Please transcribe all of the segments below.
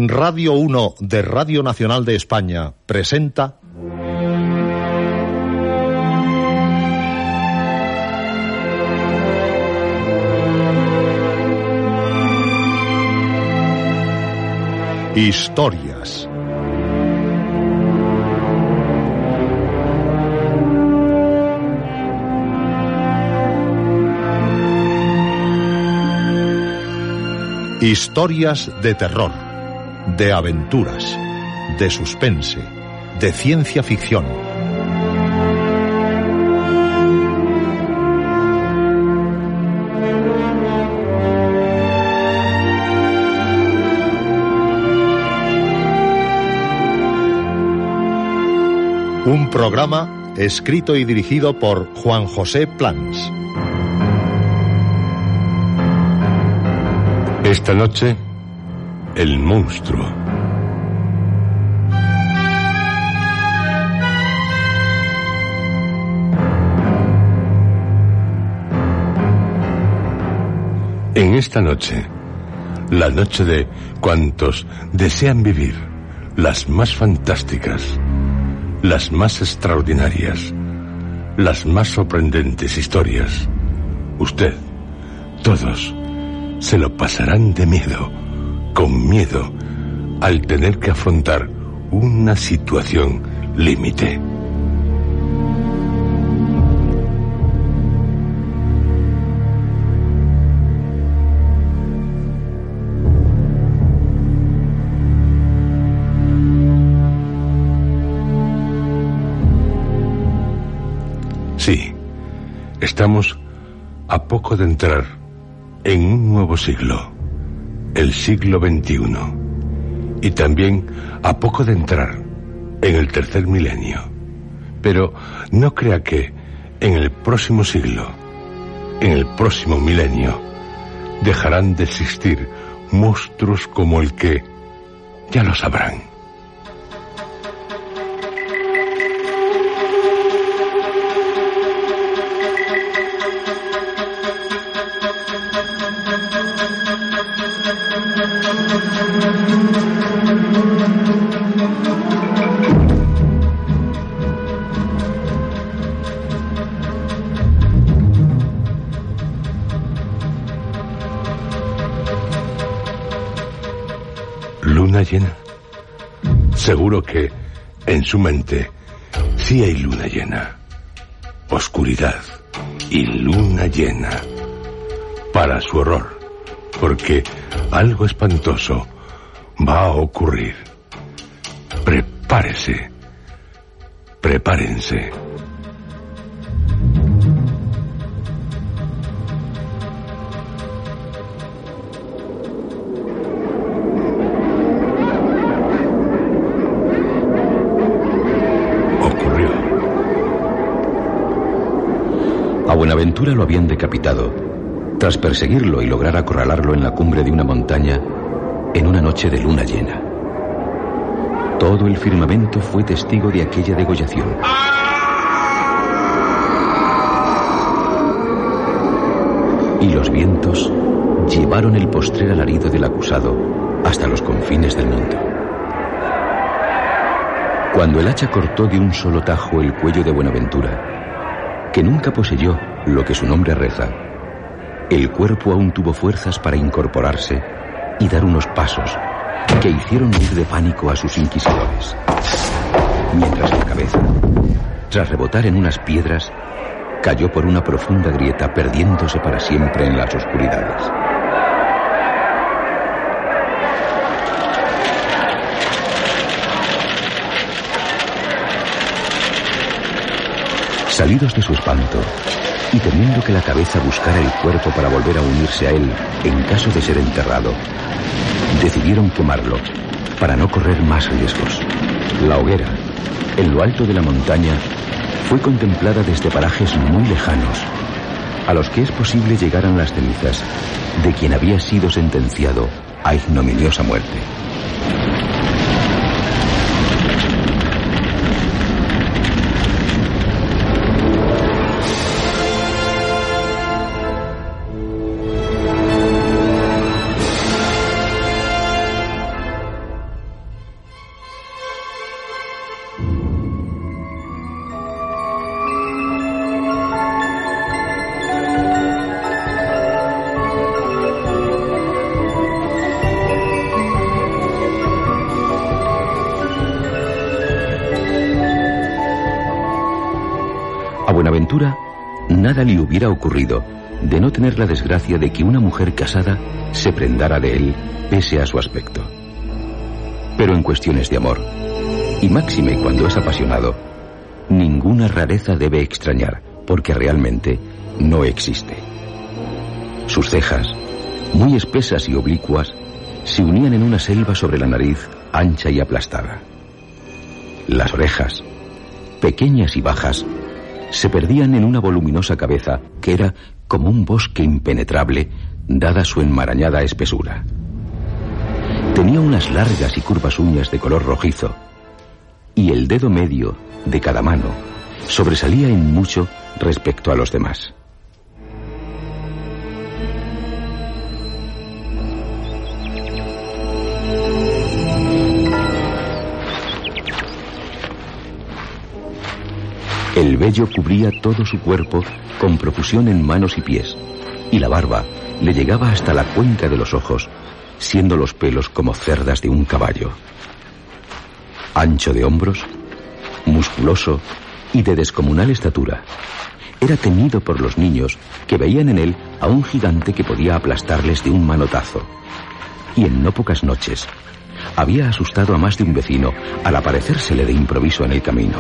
Radio 1 de Radio Nacional de España presenta Historias. Historias de terror, de aventuras, de suspense, de ciencia ficción. Un programa escrito y dirigido por Juan José Plans. Esta noche, el monstruo. En esta noche, la noche de cuantos desean vivir las más fantásticas, las más extraordinarias, las más sorprendentes historias, usted, todos, se lo pasarán de miedo, con miedo, al tener que afrontar una situación límite. Sí, estamos a poco de entrar en un nuevo siglo, el siglo XXI, y también a poco de entrar en el tercer milenio. Pero no crea que en el próximo siglo, en el próximo milenio, dejarán de existir monstruos como el que ya lo sabrán. ¿Luna llena? Seguro que en su mente sí hay luna llena. Oscuridad y luna llena. Para su horror, porque algo espantoso va a ocurrir. Prepárese. Prepárense. A Buenaventura lo habían decapitado, tras perseguirlo y lograr acorralarlo en la cumbre de una montaña en una noche de luna llena. Todo el firmamento fue testigo de aquella degollación. Y los vientos llevaron el postrer alarido del acusado hasta los confines del mundo. Cuando el hacha cortó de un solo tajo el cuello de Buenaventura, que nunca poseyó lo que su nombre reza, el cuerpo aún tuvo fuerzas para incorporarse y dar unos pasos que hicieron huir de pánico a sus inquisidores. Mientras la cabeza, tras rebotar en unas piedras, cayó por una profunda grieta, perdiéndose para siempre en las oscuridades. Salidos de su espanto, y temiendo que la cabeza buscara el cuerpo para volver a unirse a él en caso de ser enterrado, decidieron quemarlo para no correr más riesgos. La hoguera, en lo alto de la montaña, fue contemplada desde parajes muy lejanos, a los que es posible llegaran las cenizas de quien había sido sentenciado a ignominiosa muerte. Buenaventura nada le hubiera ocurrido de no tener la desgracia de que una mujer casada se prendara de él pese a su aspecto. Pero en cuestiones de amor, y máxime cuando es apasionado, ninguna rareza debe extrañar, porque realmente no existe. Sus cejas, muy espesas y oblicuas, se unían en una selva sobre la nariz ancha y aplastada. Las orejas, pequeñas y bajas, se perdían en una voluminosa cabeza que era como un bosque impenetrable, dada su enmarañada espesura. Tenía unas largas y curvas uñas de color rojizo, y el dedo medio de cada mano sobresalía en mucho respecto a los demás. El vello cubría todo su cuerpo con profusión en manos y pies, y la barba le llegaba hasta la cuenca de los ojos, siendo los pelos como cerdas de un caballo. Ancho de hombros, musculoso y de descomunal estatura, era temido por los niños que veían en él a un gigante que podía aplastarles de un manotazo. Y en no pocas noches había asustado a más de un vecino al aparecérsele de improviso en el camino.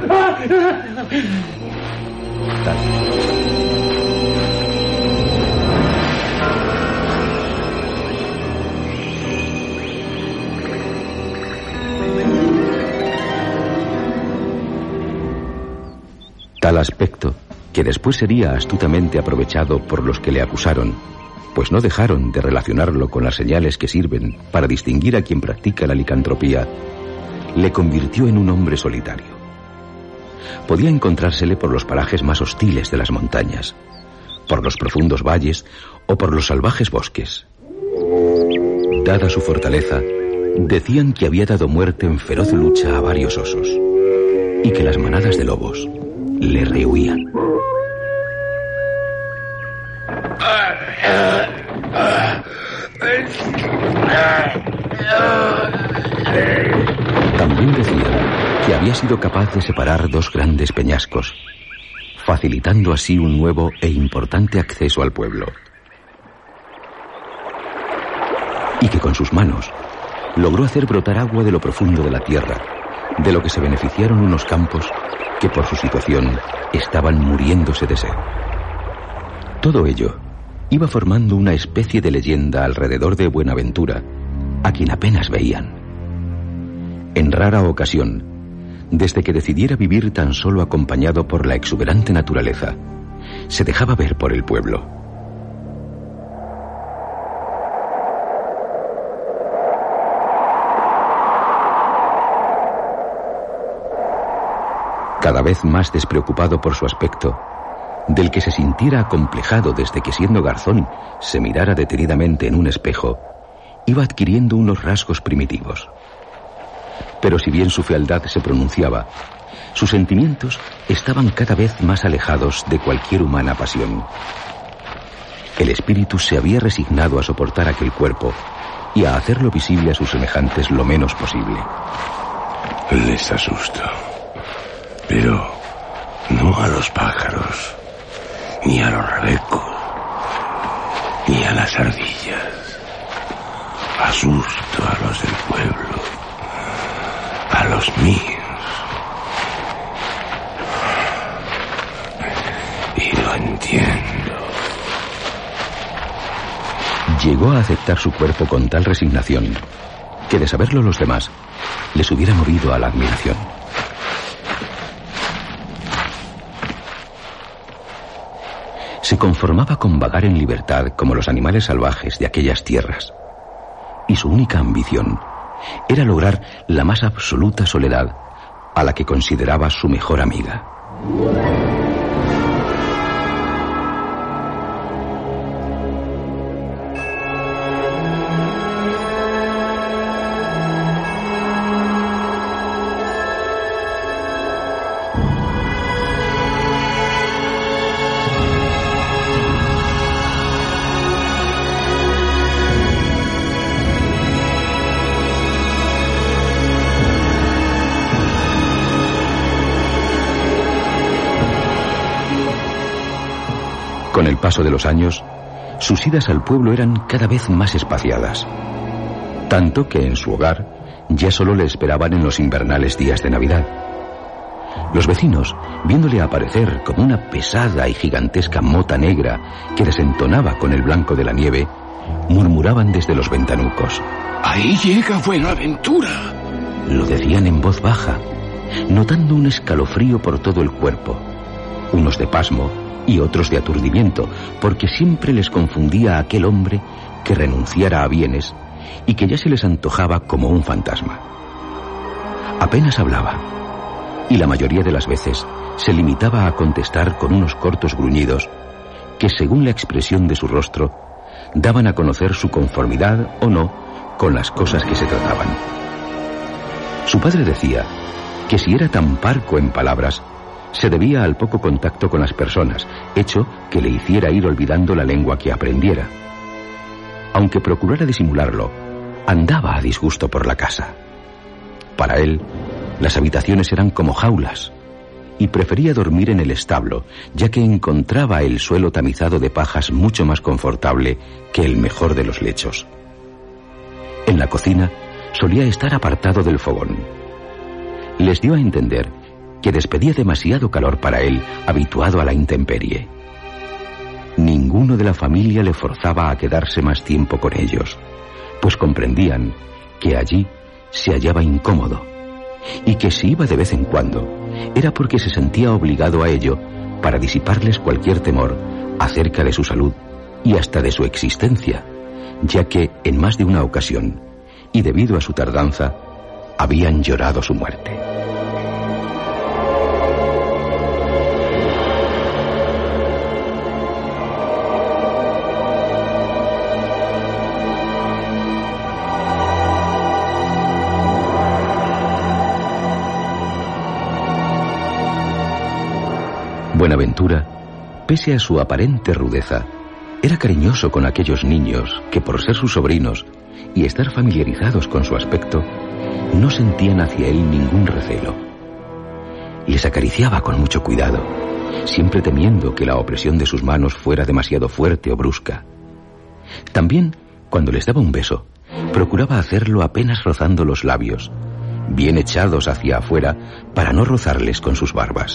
Tal aspecto, que después sería astutamente aprovechado por los que le acusaron, pues no dejaron de relacionarlo con las señales que sirven para distinguir a quien practica la licantropía, le convirtió en un hombre solitario. Podía encontrársele por los parajes más hostiles de las montañas, por los profundos valles o por los salvajes bosques. Dada su fortaleza, decían que había dado muerte en feroz lucha a varios osos, y que las manadas de lobos le rehuían. También decían que había sido capaz de separar dos grandes peñascos, facilitando así un nuevo e importante acceso al pueblo. Y que con sus manos logró hacer brotar agua de lo profundo de la tierra, de lo que se beneficiaron unos campos que por su situación estaban muriéndose de sed. Todo ello iba formando una especie de leyenda alrededor de Buenaventura, a quien apenas veían. En rara ocasión, desde que decidiera vivir tan solo acompañado por la exuberante naturaleza, se dejaba ver por el pueblo. Cada vez más despreocupado por su aspecto, del que se sintiera acomplejado desde que siendo garzón se mirara detenidamente en un espejo, iba adquiriendo unos rasgos primitivos. Pero si bien su fealdad se pronunciaba, sus sentimientos estaban cada vez más alejados de cualquier humana pasión. El espíritu se había resignado a soportar aquel cuerpo y a hacerlo visible a sus semejantes lo menos posible. Les asusto, pero no a los pájaros, ni a los rebecos, ni a las ardillas. Asusto a los del pueblo, a los míos. Y lo entiendo. Llegó a aceptar su cuerpo con tal resignación que, de saberlo los demás, les hubiera movido a la admiración. Se conformaba con vagar en libertad como los animales salvajes de aquellas tierras, y su única ambición era lograr la más absoluta soledad, a la que consideraba su mejor amiga. Con el paso de los años, sus idas al pueblo eran cada vez más espaciadas, tanto que en su hogar ya solo le esperaban en los invernales días de Navidad. Los vecinos, viéndole aparecer como una pesada y gigantesca mota negra que desentonaba con el blanco de la nieve, murmuraban desde los ventanucos: ¡Ahí llega Buenaventura! Lo decían en voz baja, notando un escalofrío por todo el cuerpo, unos de pasmo y otros de aturdimiento, porque siempre les confundía a aquel hombre que renunciara a bienes y que ya se les antojaba como un fantasma. Apenas hablaba, y la mayoría de las veces se limitaba a contestar con unos cortos gruñidos que, según la expresión de su rostro, daban a conocer su conformidad o no con las cosas que se trataban. Su padre decía que si era tan parco en palabras, se debía al poco contacto con las personas, hecho que le hiciera ir olvidando la lengua que aprendiera. Aunque procurara disimularlo, andaba a disgusto por la casa. Para él, las habitaciones eran como jaulas, y prefería dormir en el establo, ya que encontraba el suelo tamizado de pajas mucho más confortable que el mejor de los lechos. En la cocina solía estar apartado del fogón. Les dio a entender que despedía demasiado calor para él, habituado a la intemperie. Ninguno de la familia le forzaba a quedarse más tiempo con ellos, pues comprendían que allí se hallaba incómodo, y que si iba de vez en cuando era porque se sentía obligado a ello para disiparles cualquier temor acerca de su salud y hasta de su existencia, ya que en más de una ocasión, y debido a su tardanza, habían llorado su muerte. Buenaventura, pese a su aparente rudeza, era cariñoso con aquellos niños que, por ser sus sobrinos y estar familiarizados con su aspecto, no sentían hacia él ningún recelo. Les acariciaba con mucho cuidado, siempre temiendo que la opresión de sus manos fuera demasiado fuerte o brusca. También, cuando les daba un beso, procuraba hacerlo apenas rozando los labios, bien echados hacia afuera para no rozarles con sus barbas.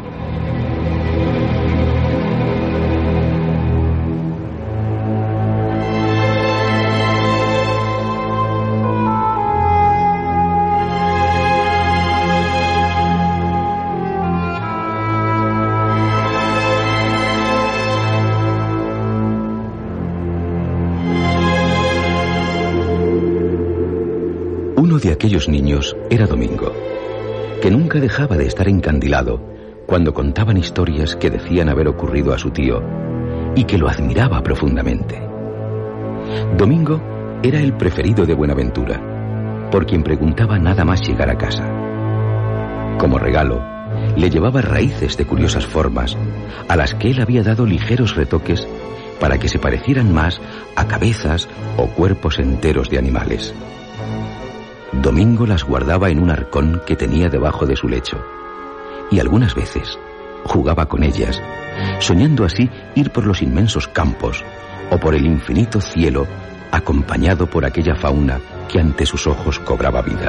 Uno de aquellos niños era Domingo, que nunca dejaba de estar encandilado cuando contaban historias que decían haber ocurrido a su tío y que lo admiraba profundamente. Domingo era el preferido de Buenaventura, por quien preguntaba nada más llegar a casa. Como regalo, le llevaba raíces de curiosas formas, a las que él había dado ligeros retoques para que se parecieran más a cabezas o cuerpos enteros de animales. Domingo las guardaba en un arcón que tenía debajo de su lecho, y algunas veces jugaba con ellas, soñando así ir por los inmensos campos o por el infinito cielo, acompañado por aquella fauna que ante sus ojos cobraba vida.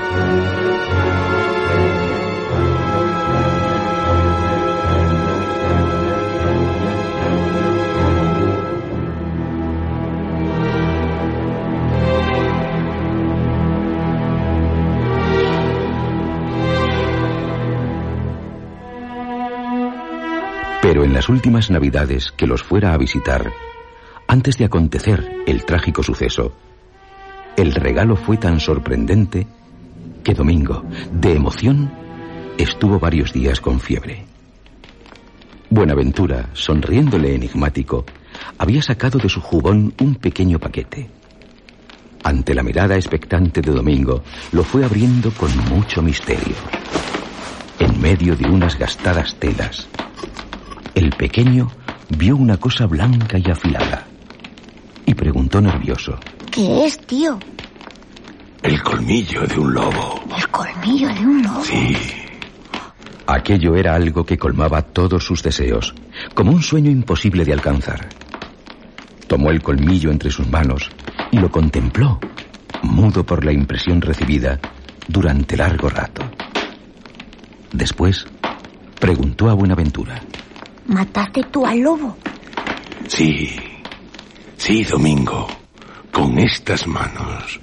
Pero en las últimas Navidades que los fuera a visitar, antes de acontecer el trágico suceso, el regalo fue tan sorprendente que Domingo, de emoción, estuvo varios días con fiebre. Buenaventura, sonriéndole enigmático, había sacado de su jubón un pequeño paquete. Ante la mirada expectante de Domingo, lo fue abriendo con mucho misterio. En medio de unas gastadas telas, el pequeño vio una cosa blanca y afilada y preguntó nervioso: ¿Qué es, tío? El colmillo de un lobo. ¿El colmillo de un lobo? Sí. Aquello era algo que colmaba todos sus deseos, como un sueño imposible de alcanzar. Tomó el colmillo entre sus manos y lo contempló, mudo por la impresión recibida, durante largo rato. Después, preguntó a Buenaventura. ¿Mataste tú al lobo? Sí, Domingo, con estas manos.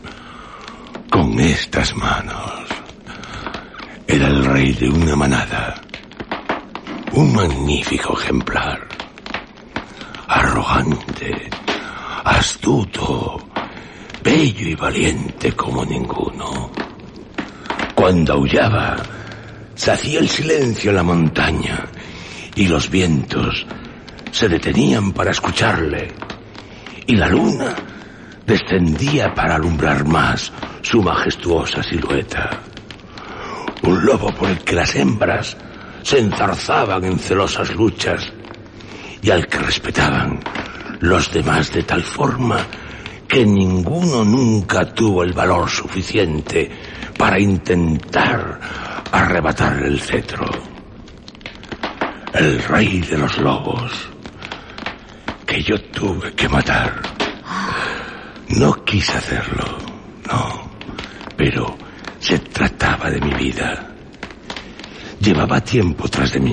Era el rey de una manada, un magnífico ejemplar, arrogante, astuto, bello y valiente como ninguno. Cuando aullaba, se hacía el silencio en la montaña y los vientos se detenían para escucharle, y la luna descendía para alumbrar más su majestuosa silueta. Un lobo por el que las hembras se enzarzaban en celosas luchas y al que respetaban los demás de tal forma que ninguno nunca tuvo el valor suficiente para intentar arrebatarle el cetro. El rey de los lobos, que yo tuve que matar. No quise hacerlo, no, pero se trataba de mi vida. Llevaba tiempo tras de mí,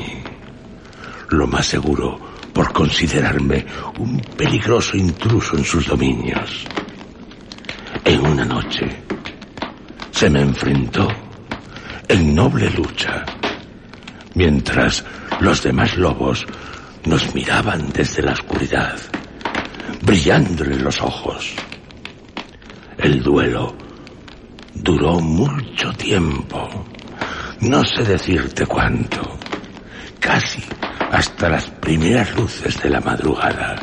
lo más seguro por considerarme un peligroso intruso en sus dominios. En una noche se me enfrentó en noble lucha, mientras los demás lobos nos miraban desde la oscuridad, brillándole los ojos. El duelo duró mucho tiempo, no sé decirte cuánto, casi hasta las primeras luces de la madrugada.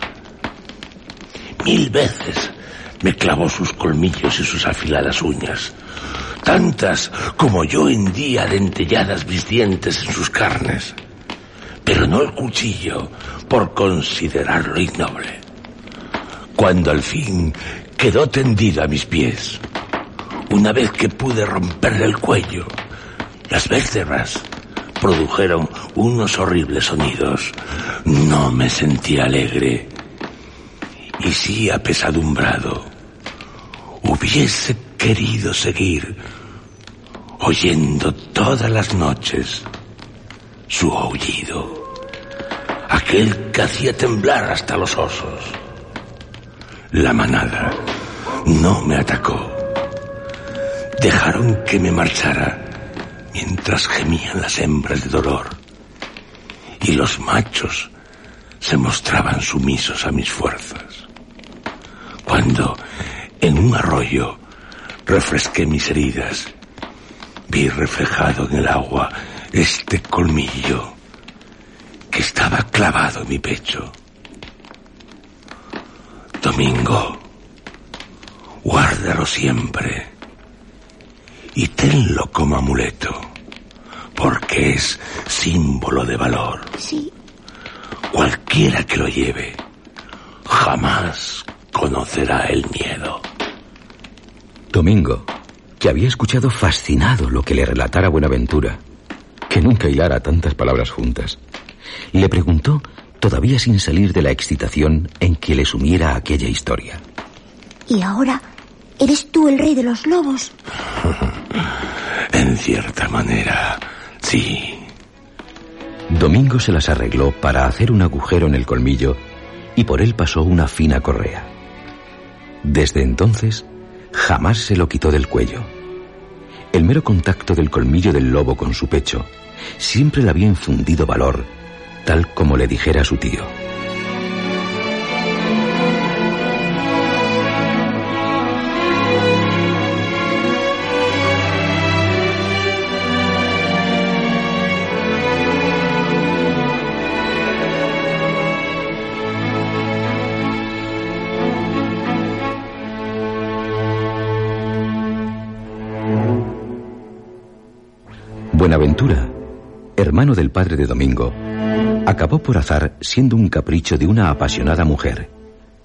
1000 veces me clavó sus colmillos y sus afiladas uñas, tantas como yo hendía dentelladas mis dientes en sus carnes, pero no el cuchillo por considerarlo ignoble. Cuando al fin quedó tendido a mis pies, una vez que pude romperle el cuello, las vértebras produjeron unos horribles sonidos. No me sentí alegre y sí apesadumbrado. Hubiese querido seguir oyendo todas las noches su aullido, aquel que hacía temblar hasta los osos. La manada no me atacó. Dejaron que me marchara mientras gemían las hembras de dolor y los machos se mostraban sumisos a mis fuerzas. Cuando en un arroyo refresqué mis heridas, vi reflejado en el agua este colmillo que estaba clavado en mi pecho. Domingo, guárdalo siempre y tenlo como amuleto, porque es símbolo de valor. Sí. Cualquiera que lo lleve jamás conocerá el miedo. Domingo, que había escuchado fascinado lo que le relatara Buenaventura, que nunca hilara tantas palabras juntas, le preguntó, todavía sin salir de la excitación en que le sumiera aquella historia. ¿Y ahora eres tú el rey de los lobos? En cierta manera, sí. Domingo se las arregló para hacer un agujero en el colmillo y por él pasó una fina correa. Desde entonces, jamás se lo quitó del cuello. El mero contacto del colmillo del lobo con su pecho siempre le había infundido valor, tal como le dijera su tío. Buenaventura, hermano del padre de Domingo, acabó por azar siendo un capricho de una apasionada mujer,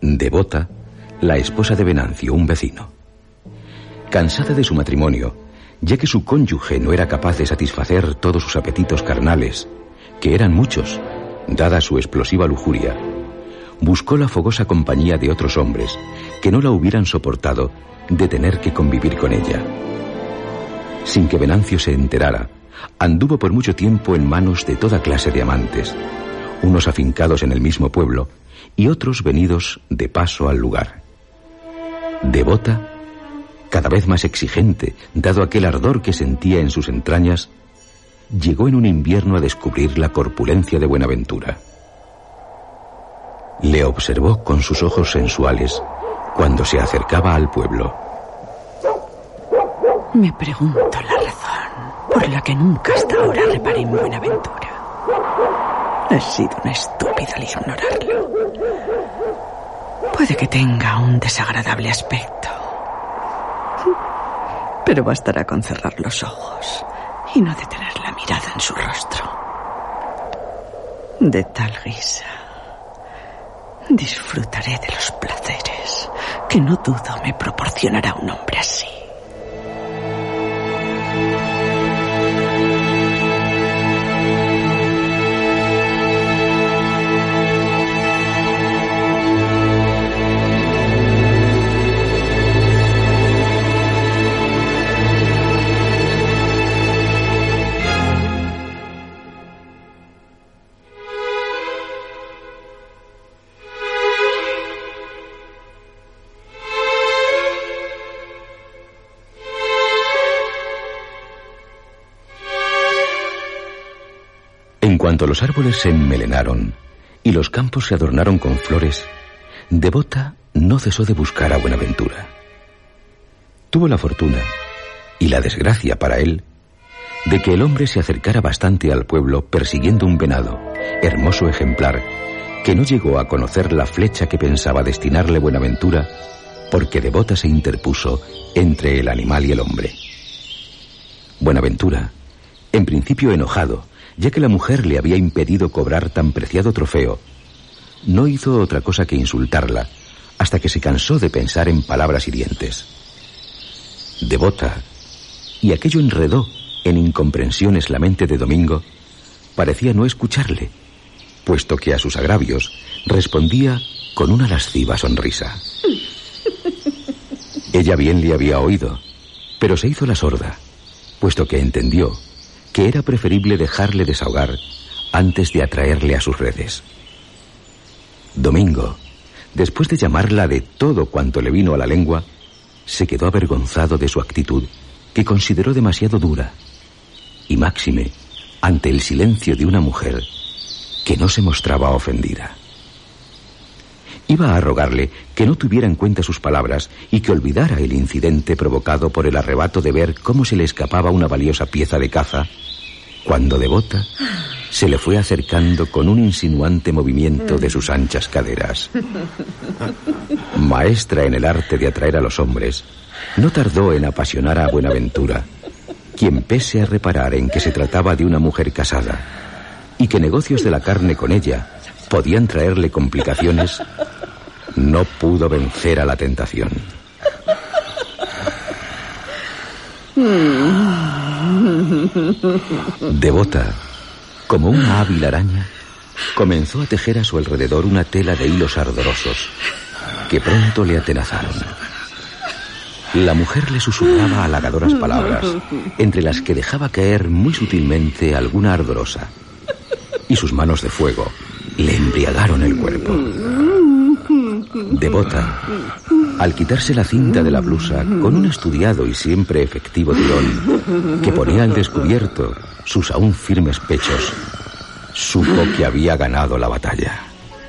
Devota, la esposa de Venancio, un vecino. Cansada de su matrimonio, ya que su cónyuge no era capaz de satisfacer todos sus apetitos carnales, que eran muchos, dada su explosiva lujuria, buscó la fogosa compañía de otros hombres que no la hubieran soportado de tener que convivir con ella. Sin que Venancio se enterara, anduvo por mucho tiempo en manos de toda clase de amantes, unos afincados en el mismo pueblo y otros venidos de paso al lugar. Devota, cada vez más exigente, dado aquel ardor que sentía en sus entrañas, llegó en un invierno a descubrir la corpulencia de Buenaventura. Le observó con sus ojos sensuales cuando se acercaba al pueblo. Me pregunto la razón por la que nunca hasta ahora reparé en Buenaventura. He sido una estúpida al ignorarlo. Puede que tenga un desagradable aspecto, pero bastará con cerrar los ojos y no detener la mirada en su rostro. De tal guisa, disfrutaré de los placeres que no dudo me proporcionará un hombre así. En cuanto los árboles se enmelenaron y los campos se adornaron con flores, Devota no cesó de buscar a Buenaventura. Tuvo la fortuna, y la desgracia para él, de que el hombre se acercara bastante al pueblo persiguiendo un venado, hermoso ejemplar, que no llegó a conocer la flecha que pensaba destinarle Buenaventura, porque Devota se interpuso entre el animal y el hombre. Buenaventura, en principio enojado, ya que la mujer le había impedido cobrar tan preciado trofeo, no hizo otra cosa que insultarla, hasta que se cansó de pensar en palabras hirientes. Devota, y aquello enredó en incomprensiones la mente de Domingo, parecía no escucharle, puesto que a sus agravios respondía con una lasciva sonrisa. Ella bien le había oído, pero se hizo la sorda, puesto que entendió que era preferible dejarle desahogar antes de atraerle a sus redes. Domingo, después de llamarla de todo cuanto le vino a la lengua, se quedó avergonzado de su actitud, que consideró demasiado dura, y máxime ante el silencio de una mujer que no se mostraba ofendida. Iba a rogarle que no tuviera en cuenta sus palabras y que olvidara el incidente provocado por el arrebato de ver cómo se le escapaba una valiosa pieza de caza, cuando Devota se le fue acercando con un insinuante movimiento de sus anchas caderas. Maestra en el arte de atraer a los hombres, no tardó en apasionar a Buenaventura, quien, pese a reparar en que se trataba de una mujer casada y que negocios de la carne con ella podían traerle complicaciones, no pudo vencer a la tentación. Devota, como una hábil araña, comenzó a tejer a su alrededor una tela de hilos ardorosos que pronto le atenazaron. La mujer le susurraba halagadoras palabras, entre las que dejaba caer muy sutilmente alguna ardorosa, y sus manos de fuego le embriagaron el cuerpo. Devota, al quitarse la cinta de la blusa con un estudiado y siempre efectivo tirón que ponía al descubierto sus aún firmes pechos, supo que había ganado la batalla.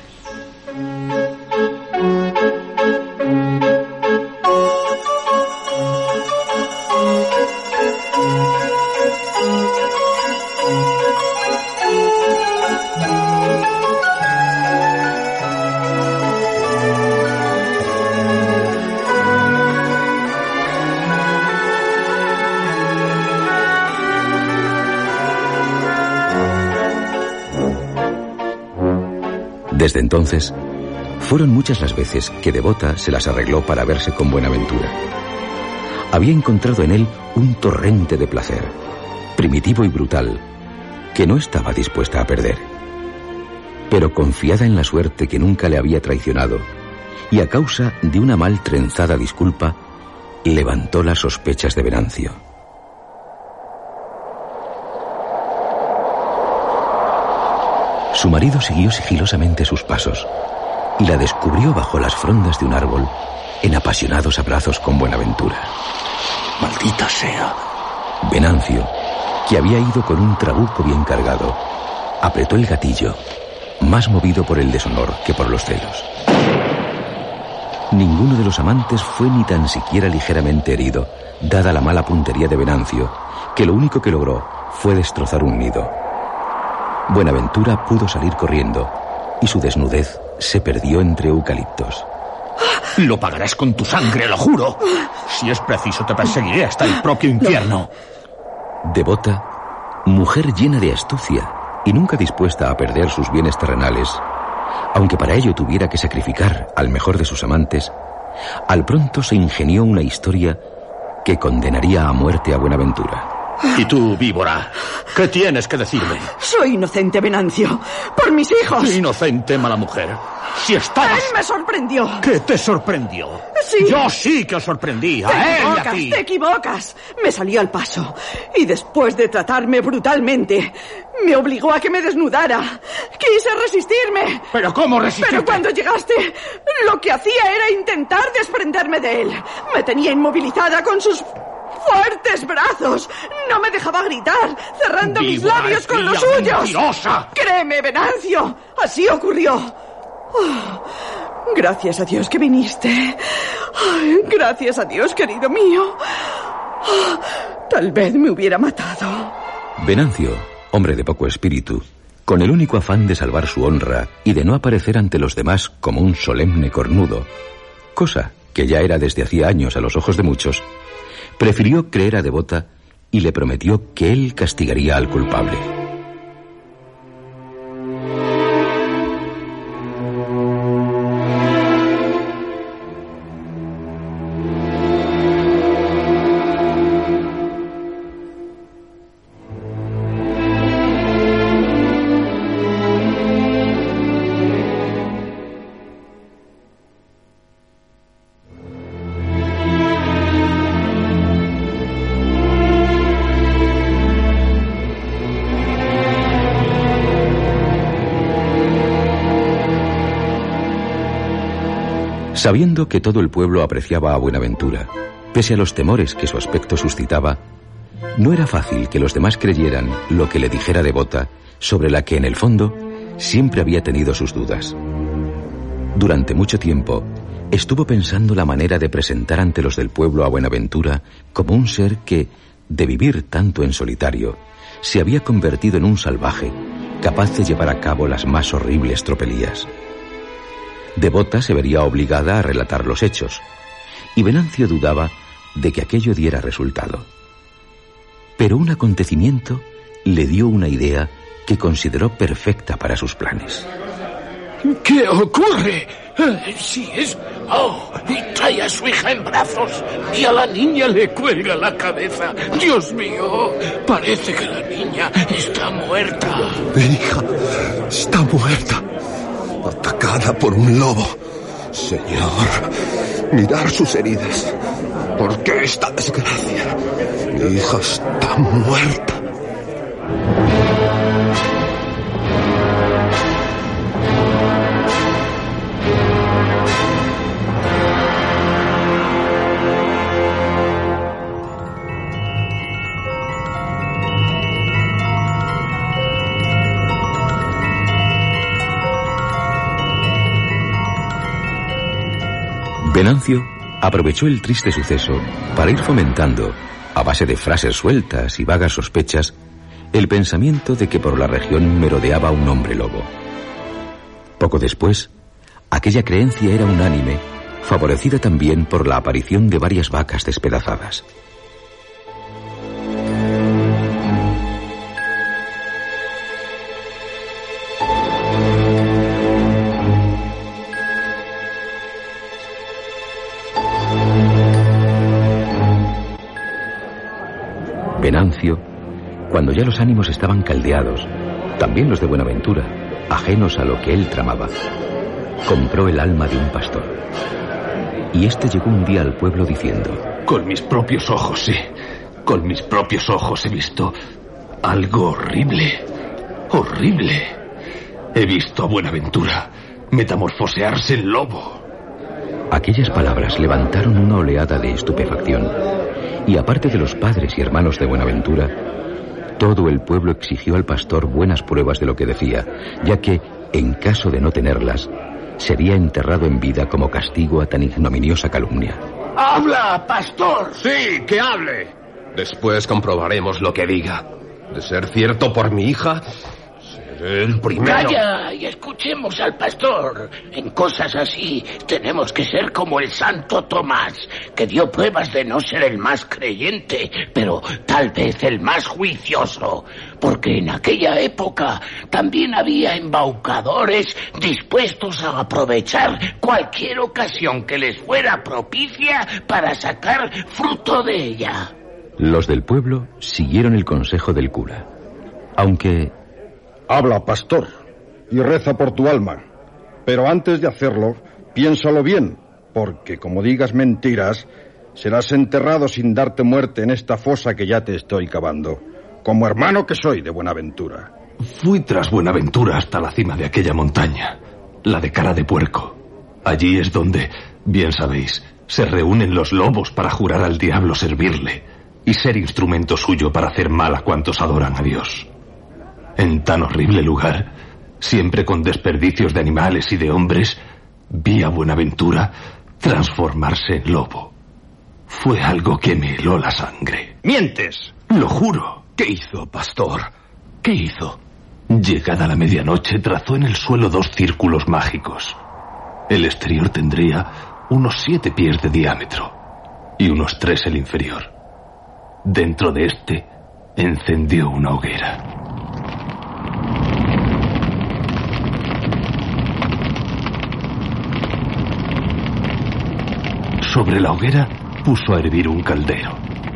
Desde entonces, fueron muchas las veces que Devota se las arregló para verse con Buenaventura. había encontrado en él un torrente de placer, primitivo y brutal, que no estaba dispuesta a perder. Pero confiada en la suerte que nunca le había traicionado, y a causa de una mal trenzada disculpa, levantó las sospechas de Venancio. Su marido siguió sigilosamente sus pasos y la descubrió bajo las frondas de un árbol en apasionados abrazos con Buenaventura. ¡Maldita sea! Venancio, que había ido con un trabuco bien cargado, apretó el gatillo, más movido por el deshonor que por los celos. Ninguno de los amantes fue ni tan siquiera ligeramente herido, dada la mala puntería de Venancio, que lo único que logró fue destrozar un nido. Buenaventura pudo salir corriendo y su desnudez se perdió entre eucaliptos. Lo pagarás con tu sangre, lo juro. Si es preciso, te perseguiré hasta el propio infierno. Devota, mujer llena de astucia y nunca dispuesta a perder sus bienes terrenales, aunque para ello tuviera que sacrificar al mejor de sus amantes, al pronto se ingenió una historia que condenaría a muerte a Buenaventura. ¿Y tú, víbora? ¿Qué tienes que decirme? Soy inocente, Venancio. ¡Por mis hijos! Inocente, mala mujer. Si estabas... Él me sorprendió. ¿Qué te sorprendió? Sí. Yo sí que os sorprendí. A él y a ti. Te equivocas. Me salió al paso. Y después de tratarme brutalmente, me obligó a que me desnudara. Quise resistirme. ¿Pero cómo resistirte? Pero cuando llegaste, lo que hacía era intentar desprenderme de él. Me tenía inmovilizada con sus fuertes brazos. No me dejaba gritar, cerrando mis labios con los suyos. ¡Mentirosa! Créeme, Venancio. Así ocurrió. Oh, gracias a Dios que viniste. Oh, gracias a Dios, querido mío. Oh, tal vez me hubiera matado. Venancio, hombre de poco espíritu, con el único afán de salvar su honra y de no aparecer ante los demás como un solemne cornudo, cosa que ya era desde hacía años a los ojos de muchos, prefirió creer a Devota y le prometió que él castigaría al culpable. Sabiendo que todo el pueblo apreciaba a Buenaventura, pese a los temores que su aspecto suscitaba, no era fácil que los demás creyeran lo que le dijera Devota, sobre la que en el fondo siempre había tenido sus dudas. Durante mucho tiempo estuvo pensando la manera de presentar ante los del pueblo a Buenaventura como un ser que, de vivir tanto en solitario, se había convertido en un salvaje, capaz de llevar a cabo las más horribles tropelías. Devota se vería obligada a relatar los hechos, y Venancio dudaba de que aquello diera resultado. Pero un acontecimiento le dio una idea que consideró perfecta para sus planes. ¿Qué ocurre? Sí es... ¡Oh! Y trae a su hija en brazos y a la niña le cuelga la cabeza. ¡Dios mío! Parece que la niña está muerta. Mi hija está muerta. Atacada por un lobo. Señor, mirad sus heridas. ¿Por qué esta desgracia? Mi hija está muerta. Venancio aprovechó el triste suceso para ir fomentando, a base de frases sueltas y vagas sospechas, el pensamiento de que por la región merodeaba un hombre lobo. Poco después, aquella creencia era unánime, favorecida también por la aparición de varias vacas despedazadas. Venancio, cuando ya los ánimos estaban caldeados, también los de Buenaventura, ajenos a lo que él tramaba, compró el alma de un pastor. Y este llegó un día al pueblo diciendo: con mis propios ojos, sí, con mis propios ojos he visto algo horrible, horrible. He visto a Buenaventura metamorfosearse en lobo. Aquellas palabras levantaron una oleada de estupefacción, y aparte de los padres y hermanos de Buenaventura, todo el pueblo exigió al pastor buenas pruebas de lo que decía, ya que, en caso de no tenerlas, sería enterrado en vida como castigo a tan ignominiosa calumnia. ¡Habla, pastor! Sí, que hable. Después comprobaremos lo que diga. De ser cierto por mi hija, seré el primero. ¡Calla! Y escuchemos al pastor. En cosas así tenemos que ser como el santo Tomás, que dio pruebas de no ser el más creyente, pero tal vez el más juicioso. Porque en aquella época también había embaucadores dispuestos a aprovechar cualquier ocasión que les fuera propicia para sacar fruto de ella. Los del pueblo siguieron el consejo del cura, aunque... Habla, pastor, y reza por tu alma. Pero antes de hacerlo, piénsalo bien, porque como digas mentiras, serás enterrado sin darte muerte en esta fosa que ya te estoy cavando, como hermano que soy de Buenaventura. Fui tras Buenaventura hasta la cima de aquella montaña, la de Cara de Puerco. Allí es donde, bien sabéis, se reúnen los lobos para jurar al diablo servirle y ser instrumento suyo para hacer mal a cuantos adoran a Dios. En tan horrible lugar, siempre con desperdicios de animales y de hombres, vi a Buenaventura transformarse en lobo. Fue algo que me heló la sangre. ¡Mientes! Lo juro. ¿Qué hizo, pastor? ¿Qué hizo? Llegada la medianoche, trazó en el suelo 2 círculos mágicos. El exterior tendría unos 7 pies de diámetro y unos 3 el inferior. Dentro de este, encendió una hoguera. Sobre la hoguera puso a hervir un caldero.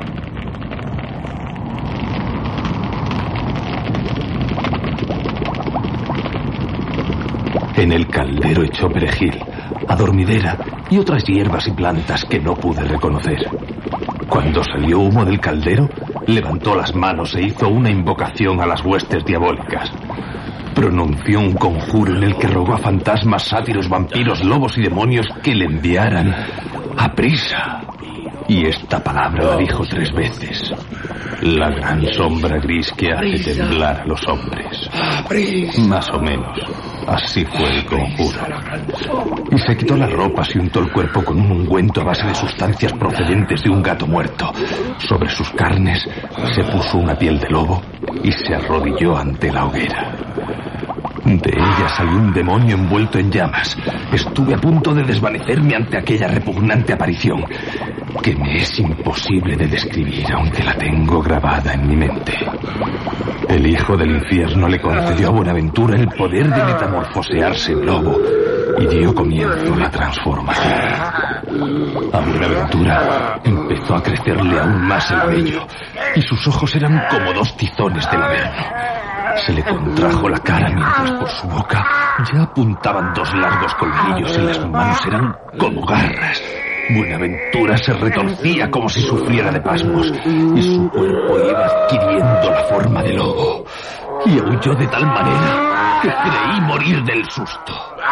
En el caldero echó perejil, adormidera y otras hierbas y plantas que no pude reconocer. Cuando salió humo del caldero, levantó las manos e hizo una invocación a las huestes diabólicas. Pronunció un conjuro en el que rogó a fantasmas, sátiros, vampiros, lobos y demonios que le enviaran a prisa. Y esta palabra la dijo 3 veces. La gran sombra gris que hace temblar a los hombres. Más o menos, así fue el conjuro. Y se quitó las ropas y untó el cuerpo con un ungüento a base de sustancias procedentes de un gato muerto. Sobre sus carnes se puso una piel de lobo y se arrodilló ante la hoguera. De ella salió un demonio envuelto en llamas. Estuve a punto de desvanecerme ante aquella repugnante aparición, que me es imposible de describir, aunque la tengo grabada en mi mente. El hijo del infierno le concedió a Buenaventura el poder de metamorfosearse en lobo y dio comienzo a la transformación. A Buenaventura empezó a crecerle aún más el vello y sus ojos eran como 2 tizones del Averno. Se le contrajo la cara mientras por su boca ya apuntaban 2 largos colmillos y las manos eran como garras. Buenaventura se retorcía como si sufriera de pasmos y su cuerpo iba adquiriendo la forma de lobo. Y aulló de tal manera que creí morir del susto.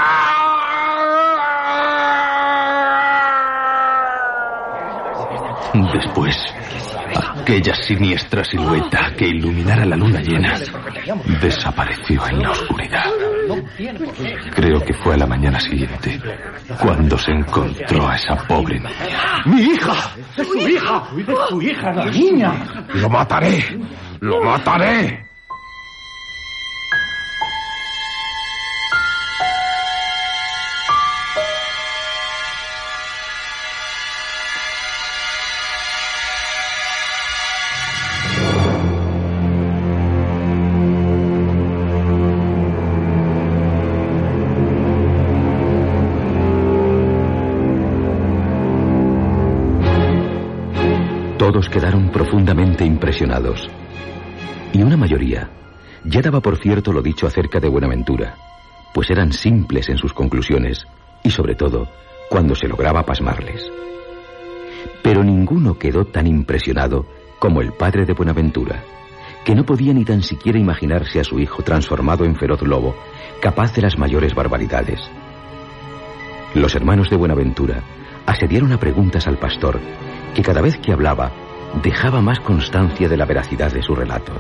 Después, aquella siniestra silueta que iluminara la luna llena desapareció en la oscuridad. Creo que fue a la mañana siguiente cuando se encontró a esa pobre niña. ¡Mi hija! ¡Es su hija! ¡Es su hija, la niña! ¡Lo mataré! ¡Lo mataré! Todos quedaron profundamente impresionados. Y una mayoría ya daba por cierto lo dicho acerca de Buenaventura, pues eran simples en sus conclusiones y sobre todo cuando se lograba pasmarles. Pero ninguno quedó tan impresionado como el padre de Buenaventura, que no podía ni tan siquiera imaginarse a su hijo transformado en feroz lobo, capaz de las mayores barbaridades. Los hermanos de Buenaventura asediaron a preguntas al pastor, que cada vez que hablaba dejaba más constancia de la veracidad de su relato.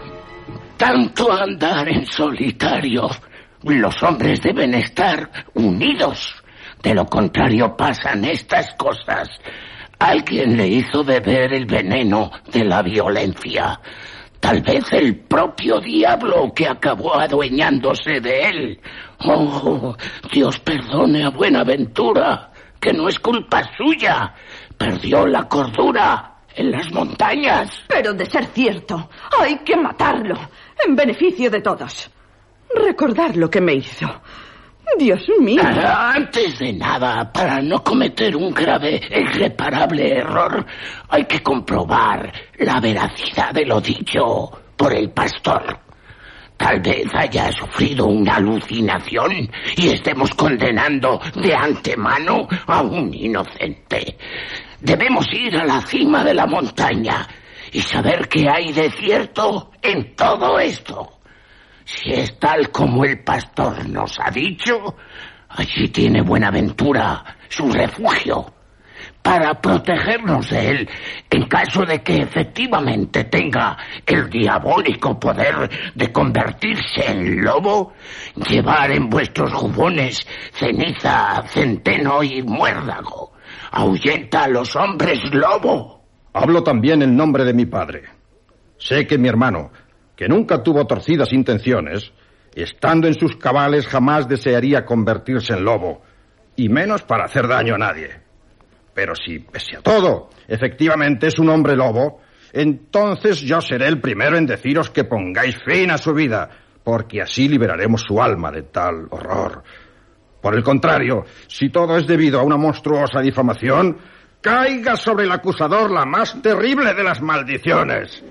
Tanto andar en solitario. Los hombres deben estar unidos. De lo contrario pasan estas cosas. Alguien le hizo beber el veneno de la violencia. Tal vez el propio diablo que acabó adueñándose de él. Oh, Dios perdone a Buenaventura, que no es culpa suya. Perdió la cordura en las montañas. Pero de ser cierto, hay que matarlo, en beneficio de todos. Recordar lo que me hizo. Dios mío. Antes de nada, para no cometer un grave e irreparable error, hay que comprobar la veracidad de lo dicho por el pastor. Tal vez haya sufrido una alucinación y estemos condenando de antemano a un inocente. Debemos ir a la cima de la montaña y saber qué hay de cierto en todo esto. Si es tal como el pastor nos ha dicho, allí tiene Buenaventura su refugio para protegernos de él en caso de que efectivamente tenga el diabólico poder de convertirse en lobo, llevar en vuestros jubones ceniza, centeno y muérdago. Ahuyenta a los hombres lobo. Hablo también en nombre de mi padre. Sé que mi hermano, que nunca tuvo torcidas intenciones, estando en sus cabales jamás desearía convertirse en lobo, y menos para hacer daño a nadie. Pero si, pese a todo, efectivamente es un hombre lobo, entonces yo seré el primero en deciros que pongáis fin a su vida, porque así liberaremos su alma de tal horror. Por el contrario, si todo es debido a una monstruosa difamación, caiga sobre el acusador la más terrible de las maldiciones.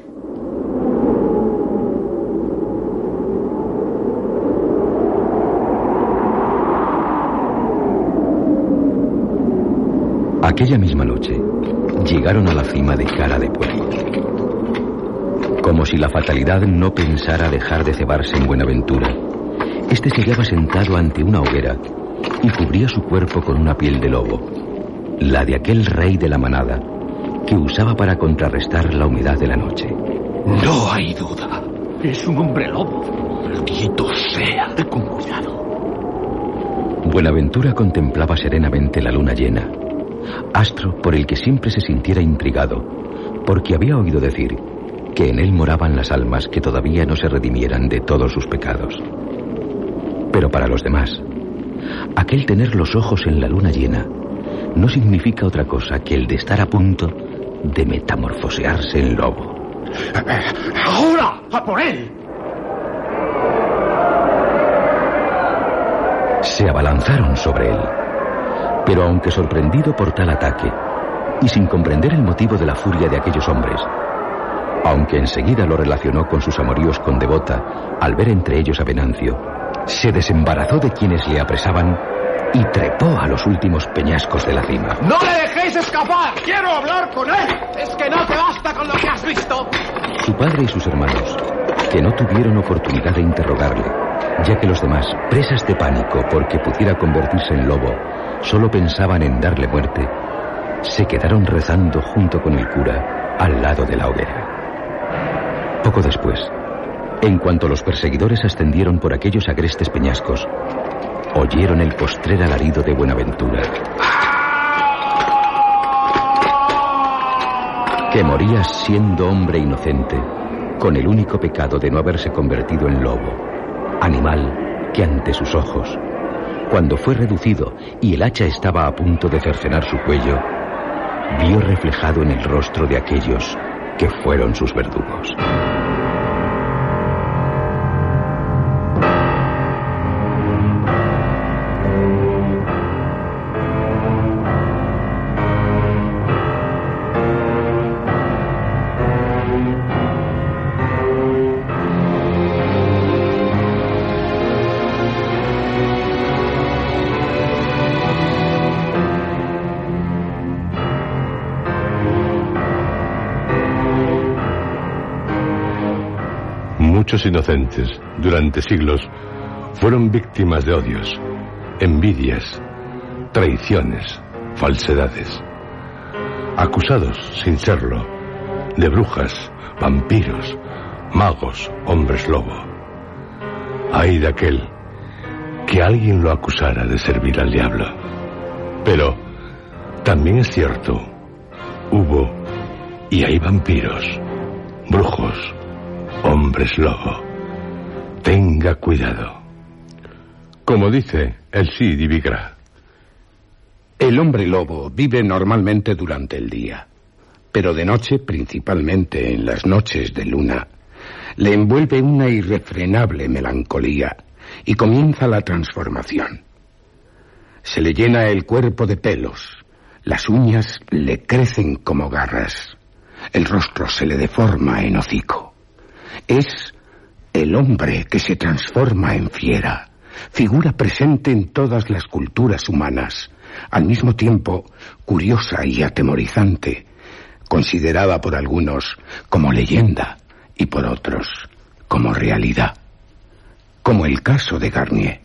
Aquella misma noche llegaron a la cima de Cara de Pueblo. Como si la fatalidad no pensara dejar de cebarse en Buenaventura, este se hallaba sentado ante una hoguera y cubría su cuerpo con una piel de lobo, la de aquel rey de la manada que usaba para contrarrestar la humedad de la noche. No hay duda, es un hombre lobo. Maldito sea, con cuidado. Buenaventura contemplaba serenamente la luna llena, astro por el que siempre se sintiera intrigado, porque había oído decir que en él moraban las almas que todavía no se redimieran de todos sus pecados. Pero para los demás, aquel tener los ojos en la luna llena no significa otra cosa que el de estar a punto de metamorfosearse en lobo. ¡Ahora! ¡A por él! Se abalanzaron sobre él, pero aunque sorprendido por tal ataque y sin comprender el motivo de la furia de aquellos hombres, aunque enseguida lo relacionó con sus amoríos con Devota al ver entre ellos a Venancio, se desembarazó de quienes le apresaban y trepó a los últimos peñascos de la cima. ¡No le dejéis escapar! ¡Quiero hablar con él! ¡Es que no te basta con lo que has visto! Su padre y sus hermanos, que no tuvieron oportunidad de interrogarle, ya que los demás, presas de pánico porque pudiera convertirse en lobo, solo pensaban en darle muerte, se quedaron rezando junto con el cura al lado de la hoguera. Poco después, en cuanto los perseguidores ascendieron por aquellos agrestes peñascos, oyeron el postrer alarido de Buenaventura, que moría siendo hombre inocente, con el único pecado de no haberse convertido en lobo, animal que ante sus ojos, cuando fue reducido y el hacha estaba a punto de cercenar su cuello, vio reflejado en el rostro de aquellos que fueron sus verdugos. Muchos inocentes, durante siglos, fueron víctimas de odios, envidias, traiciones, falsedades. Acusados, sin serlo, de brujas, vampiros, magos, hombres lobo. Ay de aquel que alguien lo acusara de servir al diablo. Pero también es cierto, hubo y hay vampiros, brujos, hombres lobo. Tenga cuidado. Como dice el Sidi Vigra. El hombre lobo vive normalmente durante el día, pero de noche, principalmente en las noches de luna, le envuelve una irrefrenable melancolía y comienza la transformación. Se le llena el cuerpo de pelos, las uñas le crecen como garras, el rostro se le deforma en hocico. Es el hombre que se transforma en fiera, figura presente en todas las culturas humanas, al mismo tiempo curiosa y atemorizante, considerada por algunos como leyenda y por otros como realidad, como el caso de Garnier.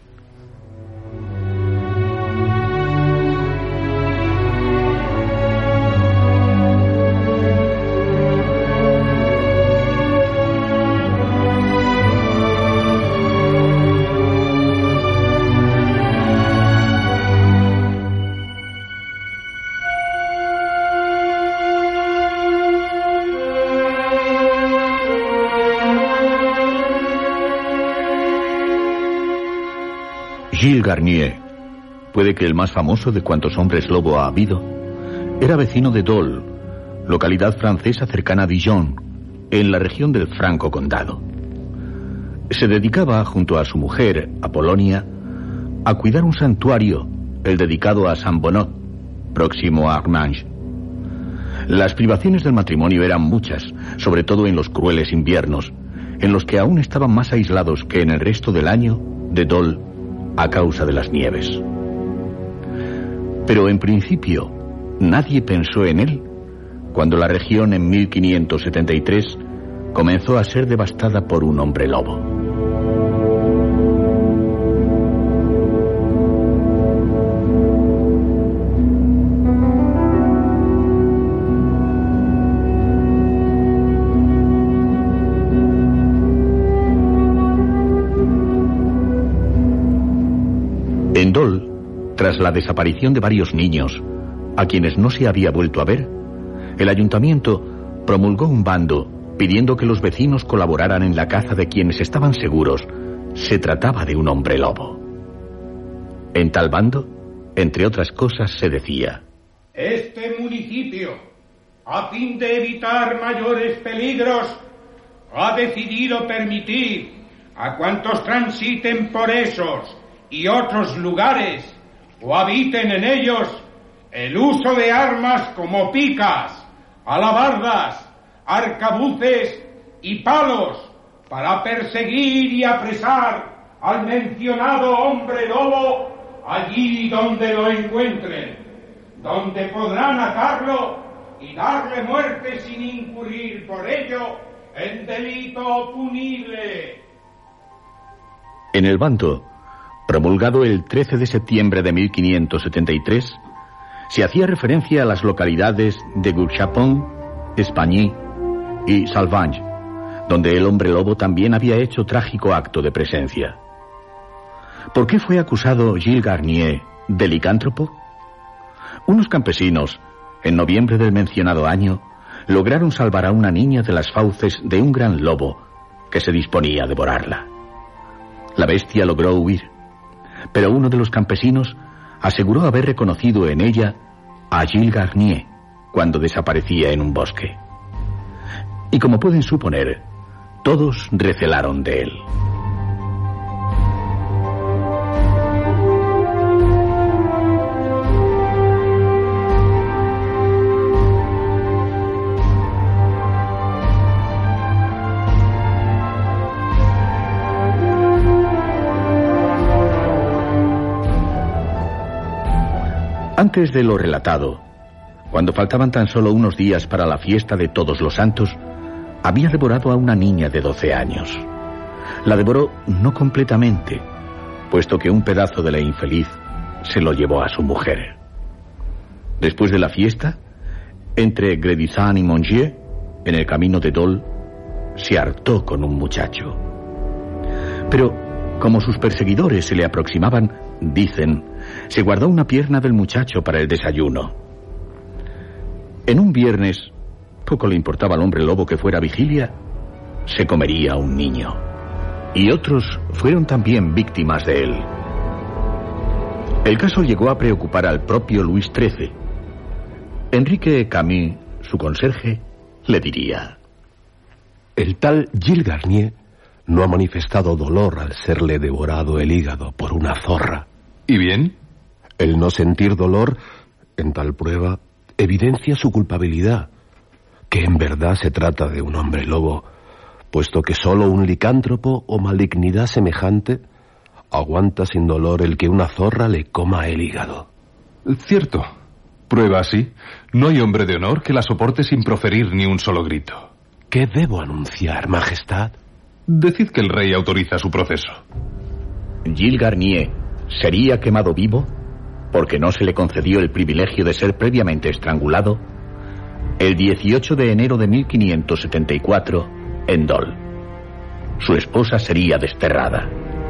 Gilles Garnier, puede que el más famoso de cuantos hombres lobo ha habido, era vecino de Dole, localidad francesa cercana a Dijon, en la región del Franco Condado. Se dedicaba, junto a su mujer, Apolonia, a cuidar un santuario, el dedicado a Saint Bonot, próximo a Armange. Las privaciones del matrimonio eran muchas, sobre todo en los crueles inviernos, en los que aún estaban más aislados que en el resto del año de Dole, a causa de las nieves. Pero en principio nadie pensó en él cuando la región en 1573 comenzó a ser devastada por un hombre lobo. En Dole, tras la desaparición de varios niños, a quienes no se había vuelto a ver, el ayuntamiento promulgó un bando pidiendo que los vecinos colaboraran en la caza de quienes estaban seguros se trataba de un hombre lobo. En tal bando, entre otras cosas, se decía: este municipio, a fin de evitar mayores peligros, ha decidido permitir a cuantos transiten por esos y otros lugares o habiten en ellos el uso de armas como picas, alabardas, arcabuces y palos para perseguir y apresar al mencionado hombre lobo allí donde lo encuentren, donde podrán atarlo y darle muerte sin incurrir por ello en delito punible. En el bando, promulgado el 13 de septiembre de 1573, se hacía referencia a las localidades de Gurchapon, Espagny y Salvange, donde el hombre lobo también había hecho trágico acto de presencia. ¿Por qué fue acusado Gilles Garnier de licántropo? Unos campesinos, en noviembre del mencionado año, lograron salvar a una niña de las fauces de un gran lobo que se disponía a devorarla. La bestia logró huir, pero uno de los campesinos aseguró haber reconocido en ella a Gilles Garnier cuando desaparecía en un bosque. Y como pueden suponer, todos recelaron de él. Antes de lo relatado, cuando faltaban tan solo unos días para la fiesta de Todos los Santos, había devorado a una niña de 12 años. La devoró no completamente, puesto que un pedazo de la infeliz se lo llevó a su mujer. Después de la fiesta, entre Gredizan y Mongier, en el camino de Dole, se hartó con un muchacho. Pero, como sus perseguidores se le aproximaban, dicen, se guardó una pierna del muchacho para el desayuno. En un viernes, poco le importaba al hombre lobo que fuera vigilia, se comería a un niño. Y otros fueron también víctimas de él. El caso llegó a preocupar al propio Luis XIII. Enrique Camus, su conserje, le diría: el tal Gilles Garnier no ha manifestado dolor al serle devorado el hígado por una zorra. ¿Y bien? El no sentir dolor, en tal prueba, evidencia su culpabilidad, que en verdad se trata de un hombre lobo, puesto que solo un licántropo o malignidad semejante aguanta sin dolor el que una zorra le coma el hígado. Cierto. Prueba así. No hay hombre de honor que la soporte sin proferir ni un solo grito. ¿Qué debo anunciar, Majestad? Decid que el rey autoriza su proceso. Gilles Garnier sería quemado vivo porque no se le concedió el privilegio de ser previamente estrangulado el 18 de enero de 1574 en Dole. Su esposa sería desterrada.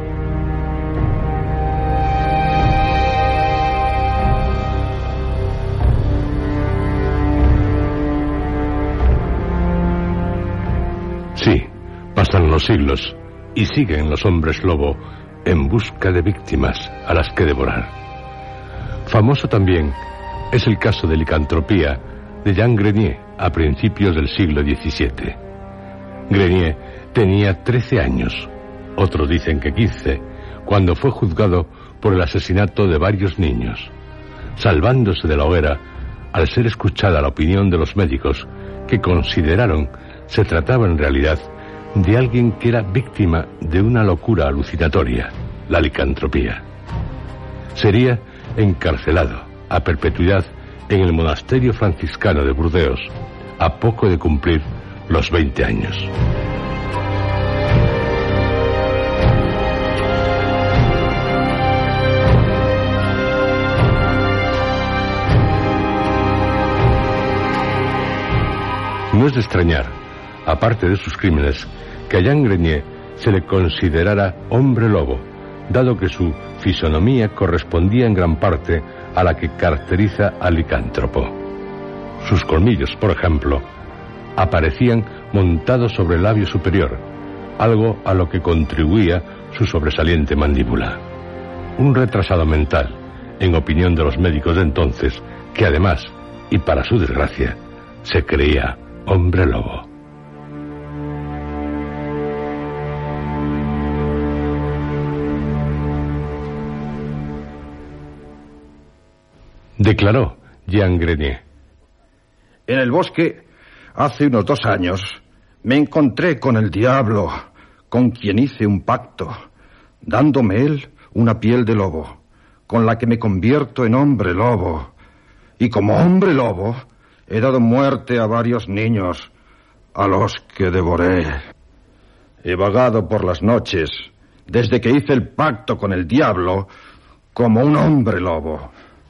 Sí, pasan los siglos y siguen los hombres lobo en busca de víctimas a las que devorar. Famoso también es el caso de licantropía de Jean Grenier a principios del siglo XVII. Grenier tenía 13 años, otros dicen que 15, cuando fue juzgado por el asesinato de varios niños, salvándose de la hoguera al ser escuchada la opinión de los médicos que consideraron se trataba en realidad de alguien que era víctima de una locura alucinatoria, la licantropía. Sería encarcelado a perpetuidad en el monasterio franciscano de Burdeos, a poco de cumplir los 20 años. No es de extrañar, aparte de sus crímenes, que a Jean Grenier se le considerara hombre lobo, dado que su fisonomía correspondía en gran parte a la que caracteriza al licántropo. Sus colmillos, por ejemplo, aparecían montados sobre el labio superior, algo a lo que contribuía su sobresaliente mandíbula. Un retrasado mental, en opinión de los médicos de entonces, que además, y para su desgracia, se creía hombre lobo. Declaró Jean Grenier: en el bosque, hace unos 2 años, me encontré con el diablo, con quien hice un pacto, dándome él una piel de lobo, con la que me convierto en hombre lobo. Y como hombre lobo, he dado muerte a varios niños, a los que devoré. He vagado por las noches, desde que hice el pacto con el diablo, como un hombre lobo.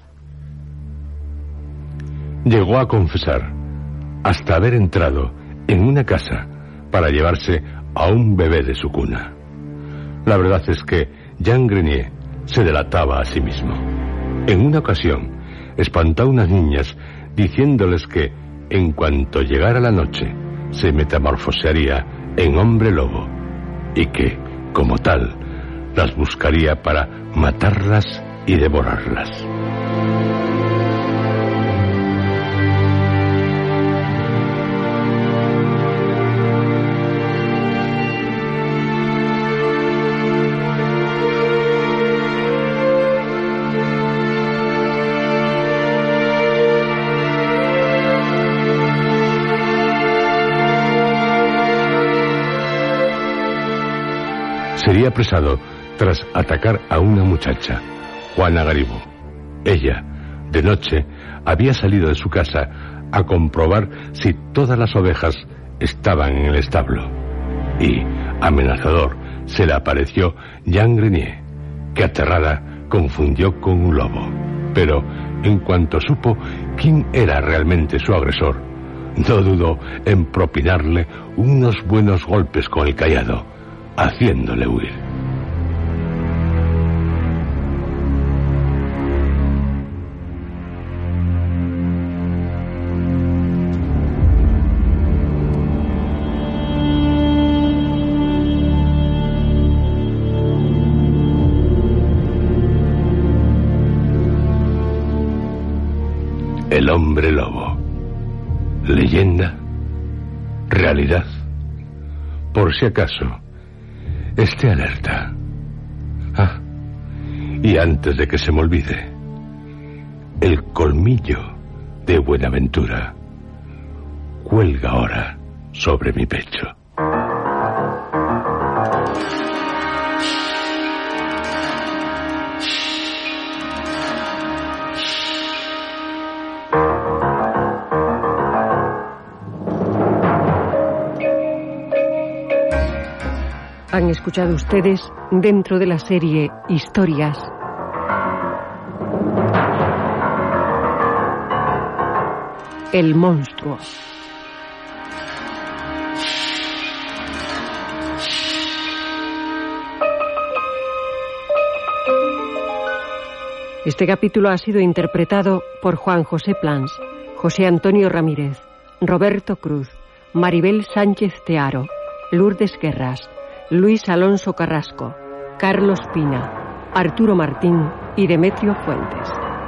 Llegó a confesar hasta haber entrado en una casa para llevarse a un bebé de su cuna. La verdad es que Jean Grenier se delataba a sí mismo. En una ocasión, espantó a unas niñas diciéndoles que, en cuanto llegara la noche, se metamorfosearía en hombre lobo y que, como tal, las buscaría para matarlas y devorarlas. Sería apresado tras atacar a una muchacha, Juana Garibó. Ella, de noche, había salido de su casa a comprobar si todas las ovejas estaban en el establo y, amenazador, se le apareció Jean Grenier, que aterrada confundió con un lobo. Pero en cuanto supo quién era realmente su agresor, no dudó en propinarle unos buenos golpes con el cayado, haciéndole huir. El hombre lobo. ¿Leyenda? ¿Realidad? Por si acaso, esté alerta. Ah, y antes de que se me olvide, el colmillo de Buenaventura cuelga ahora sobre mi pecho. Han escuchado ustedes, dentro de la serie Historias, El monstruo. Este capítulo ha sido interpretado por Juan José Plans, José Antonio Ramírez, Roberto Cruz, Maribel Sánchez Tearo, Lourdes Guerras, Luis Alonso Carrasco, Carlos Pina, Arturo Martín y Demetrio Fuentes.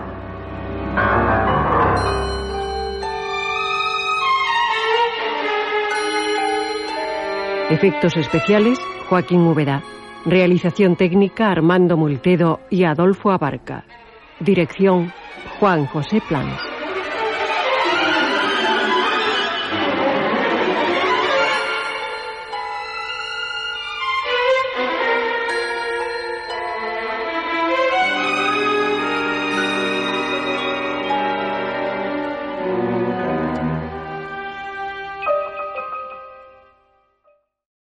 Efectos especiales, Joaquín Úbeda. Realización técnica, Armando Multedo y Adolfo Abarca. Dirección, Juan José Plans.